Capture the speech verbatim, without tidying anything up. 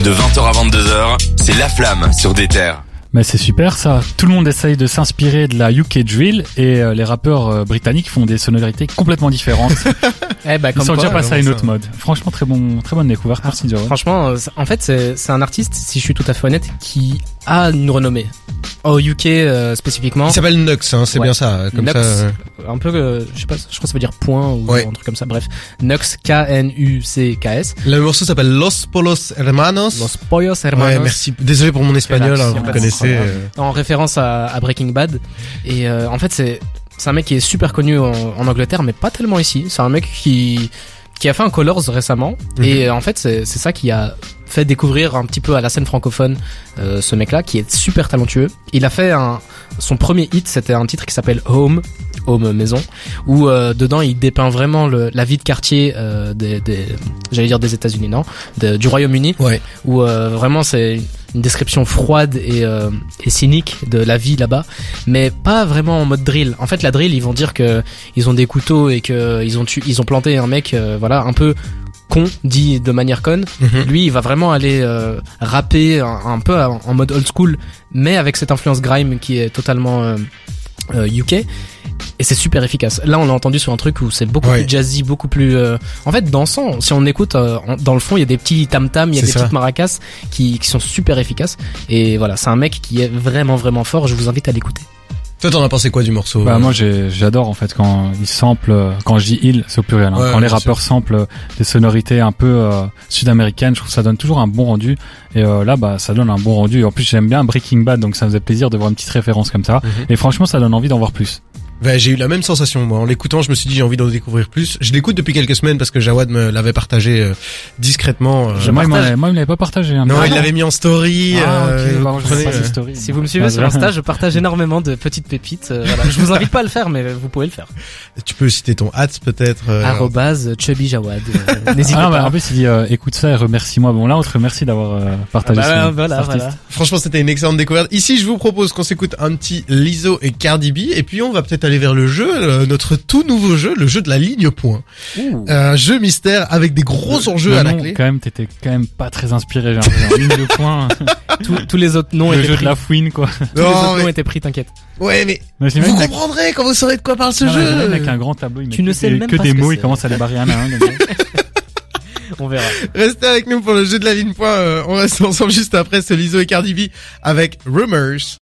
De vingt heures à vingt-deux heures, c'est La Flamme sur des terres. Mais c'est super ça. Tout le monde essaye de s'inspirer de la U K drill et euh, les rappeurs euh, britanniques font des sonorités complètement différentes. Eh bah, comme Ils sont quoi, déjà passés euh, à une ça... autre mode. Franchement, très bon, très bonne découverte. Merci Joe. Franchement, euh, en fait, c'est, c'est un artiste, si je suis tout à fait honnête, qui a une renommée. Au U K euh, spécifiquement. Il s'appelle Nux, hein, c'est Ouais. bien ça. Comme Nux, ça. euh. un peu, euh, je sais pas, je crois que ça veut dire point ou Ouais. un truc comme ça. Bref, Nux, K N U C K S. Le morceau s'appelle Los Polos Hermanos. Los Pollos Hermanos. Ouais, merci. Désolé pour mon espagnol, hein, vous Relaxation, connaissez. voilà. euh. En référence à, à Breaking Bad. Et euh, en fait, c'est c'est un mec qui est super connu en, en Angleterre, mais pas tellement ici. C'est un mec qui qui a fait un Colors récemment. Mhm. Et euh, en fait, c'est c'est ça qui a fait découvrir un petit peu à la scène francophone euh, ce mec-là, qui est super talentueux. Il a fait un son premier hit, c'était un titre qui s'appelle Home. Home maison, où euh, dedans il dépeint vraiment le, la vie de quartier euh, des, des j'allais dire des États-Unis, non, de, du Royaume-Uni, Ouais. où euh, vraiment c'est une description froide et, euh, et cynique de la vie là-bas, mais pas vraiment en mode drill. En fait, la drill, ils vont dire que ils ont des couteaux et que ils ont tu, ils ont planté un mec, euh, voilà, un peu con, dit de manière conne. Mhm. Lui, il va vraiment aller euh, rapper un, un peu en, en mode old school, mais avec cette influence grime qui est totalement euh, euh, U K. Et c'est super efficace. Là, on l'a entendu sur un truc où c'est beaucoup Ouais. plus jazzy, beaucoup plus, euh, en fait, dansant. Si on écoute, euh, en- dans le fond, il y a des petits tam-tam, il y a C'est des ça. petites maracas qui, qui sont super efficaces. Et voilà, c'est un mec qui est vraiment, vraiment fort. Je vous invite à l'écouter. Toi, t'en as pensé quoi du morceau? Bah moi j'ai, j'adore en fait quand ils samplent, quand je dis ils c'est au pluriel, hein. Ouais, quand les bien rappeurs samplent des sonorités un peu euh, sud-américaines, je trouve que ça donne toujours un bon rendu et euh, là bah ça donne un bon rendu. Et en plus j'aime bien Breaking Bad donc ça me faisait plaisir de voir une petite référence comme ça Mhm. et franchement ça donne envie d'en voir plus. Bah, j'ai eu la même sensation, moi. En l'écoutant, je me suis dit, j'ai envie d'en découvrir plus. Je l'écoute depuis quelques semaines parce que Jawad me l'avait partagé euh, discrètement. euh. Je moi, il m'en partage- avait- moi il me l'avait pas partagé. Hein, Non, mais- il l'avait mis en story. Ah, ok, euh, bah, vous je comprenez, sais pas euh. ces stories. Si vous me suivez Ah, sur je- Insta, je partage énormément de petites pépites. euh, voilà. Je vous invite pas à le faire, mais vous pouvez le faire. Tu peux citer ton hâte, peut-être. euh. Arrobase Chubby Jawad. Euh, N'hésitez Ah, bah, pas. en plus il dit euh, écoute ça et remercie-moi. Bon là on te remercie d'avoir euh, partagé Bah, ça. voilà, voilà. Franchement, c'était une excellente découverte. Ici, je vous propose qu'on s'écoute un petit Lizzo et Cardi B, et puis on va peut-être aller vers le jeu, euh, notre tout nouveau jeu, le jeu de la ligne point. Un jeu mystère avec des gros enjeux Le à la nom, clé. quand même t'étais quand même pas très inspiré. J'ai l'impression. Ligne de points, Tous, tous les autres noms le étaient jeu pris. de la fouine quoi. Tous les Non, autres mais- noms étaient pris, t'inquiète. Ouais, mais Mais vous j'imagine avec- comprendrez quand vous saurez de quoi parle ce Non, jeu. j'imagine avec un grand tableau, il met Tu ne que sais des- même que pas des ce que mots, il c'est. commence à les barrer un à un. comme ça. On verra. Restez avec nous pour le jeu de la ligne point. Euh, on reste ensemble juste après, c'est Lizzo et Cardi B avec Rumors.